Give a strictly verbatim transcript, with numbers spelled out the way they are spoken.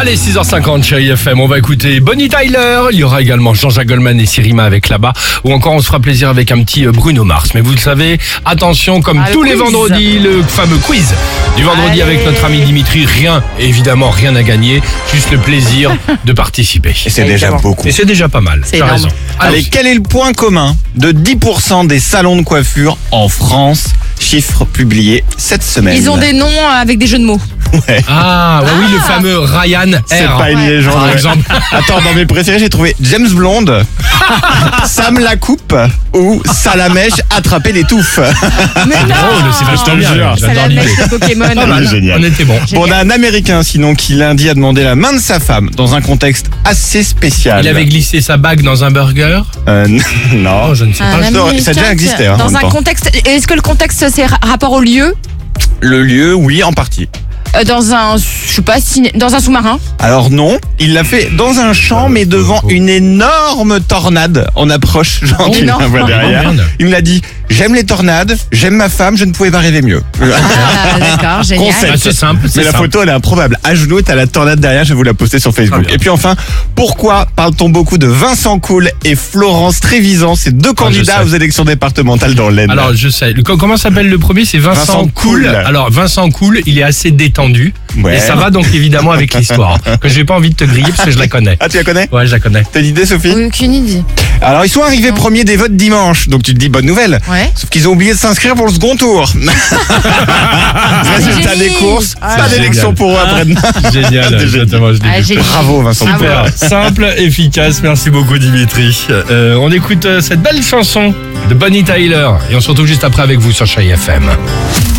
Allez, six heures cinquante, chérie F M, on va écouter Bonnie Tyler, il y aura également Jean-Jacques Goldman et Sirima avec là-bas, ou encore on se fera plaisir avec un petit Bruno Mars. Mais vous le savez, attention, comme ah, tous les quiz. vendredis, le fameux quiz du vendredi Allez. avec notre ami Dimitri, rien, évidemment rien à gagner, juste le plaisir de participer. Et c'est déjà Évidemment. beaucoup. Et c'est déjà pas mal, C'est t'as énorme. raison. Allez, Allez, quel est le point commun de dix pour cent des salons de coiffure en France? Chiffre publié cette semaine. Ils ont des noms avec des jeux de mots. Ouais. ah, ouais, oui, le fameux Ryan C'est R. pas une Ouais. légende. Par ouais. exemple. Attends, dans mes préférés, j'ai trouvé James Blonde, Sam la coupe ou Salamèche attraper les touffes. Mais non drôle, c'est vachement Je te bien, jure. Ça j'adore la l'idée. mèche de Pokémon. Pas mal, Génial. on était bon. Bon, on a un Américain sinon qui lundi a demandé la main de sa femme dans un contexte assez spécial. Il avait glissé sa bague dans un burger. Euh, non, Oh, je ne sais pas. Un ça aurait- ça a déjà Américain existé, hein, en Dans même un temps. contexte. Est-ce que le contexte c'est ra- rapport au lieu? Le lieu, oui, en partie. Euh, Dans un, je sais pas, ciné- dans un sous-marin. Alors non, il l'a fait dans un champ, mais devant une énorme tornade en approche. Genre, tu Énorme. la vois derrière. Oh, merde. Il me l'a dit, j'aime les tornades, j'aime ma femme, je ne pouvais pas rêver mieux. Ah, d'accord, génial. Concept. Ah, c'est simple, c'est Mais la simple. photo, elle est improbable. À genoux, t'as la tornade derrière, je vais vous la poster sur Très Facebook. bien. Et puis enfin, pourquoi parle-t-on beaucoup de Vincent Coul et Florence Trévisan, ces deux candidats sais. aux élections départementales dans l'Aisne? Alors, je sais. Le- Comment s'appelle le premier? C'est Vincent, Vincent Cool. Cool. Alors, Vincent Cool, il est assez détendu. Ouais. Et ça va donc évidemment avec l'histoire. Que j'ai pas envie de te griller parce que je la connais. Ah, tu la connais? Ouais, je la connais. T'as une idée, Sophie? Oui, aucune idée. Alors, ils sont arrivés premiers des votes dimanche, donc tu te dis bonne nouvelle. Ouais. Sauf qu'ils ont oublié de s'inscrire pour le second tour. Résultat génie. des courses, Ah, pas c'est d'élection génial. pour eux après-demain. Génial. C'est génial. Exactement, je l'ai Ah, vu. génial. Bravo, Vincent. Ah, Super, simple, efficace. Merci beaucoup, Dimitri. Euh, on écoute euh, cette belle chanson de Bonnie Tyler et on se retrouve juste après avec vous sur Chérie F M.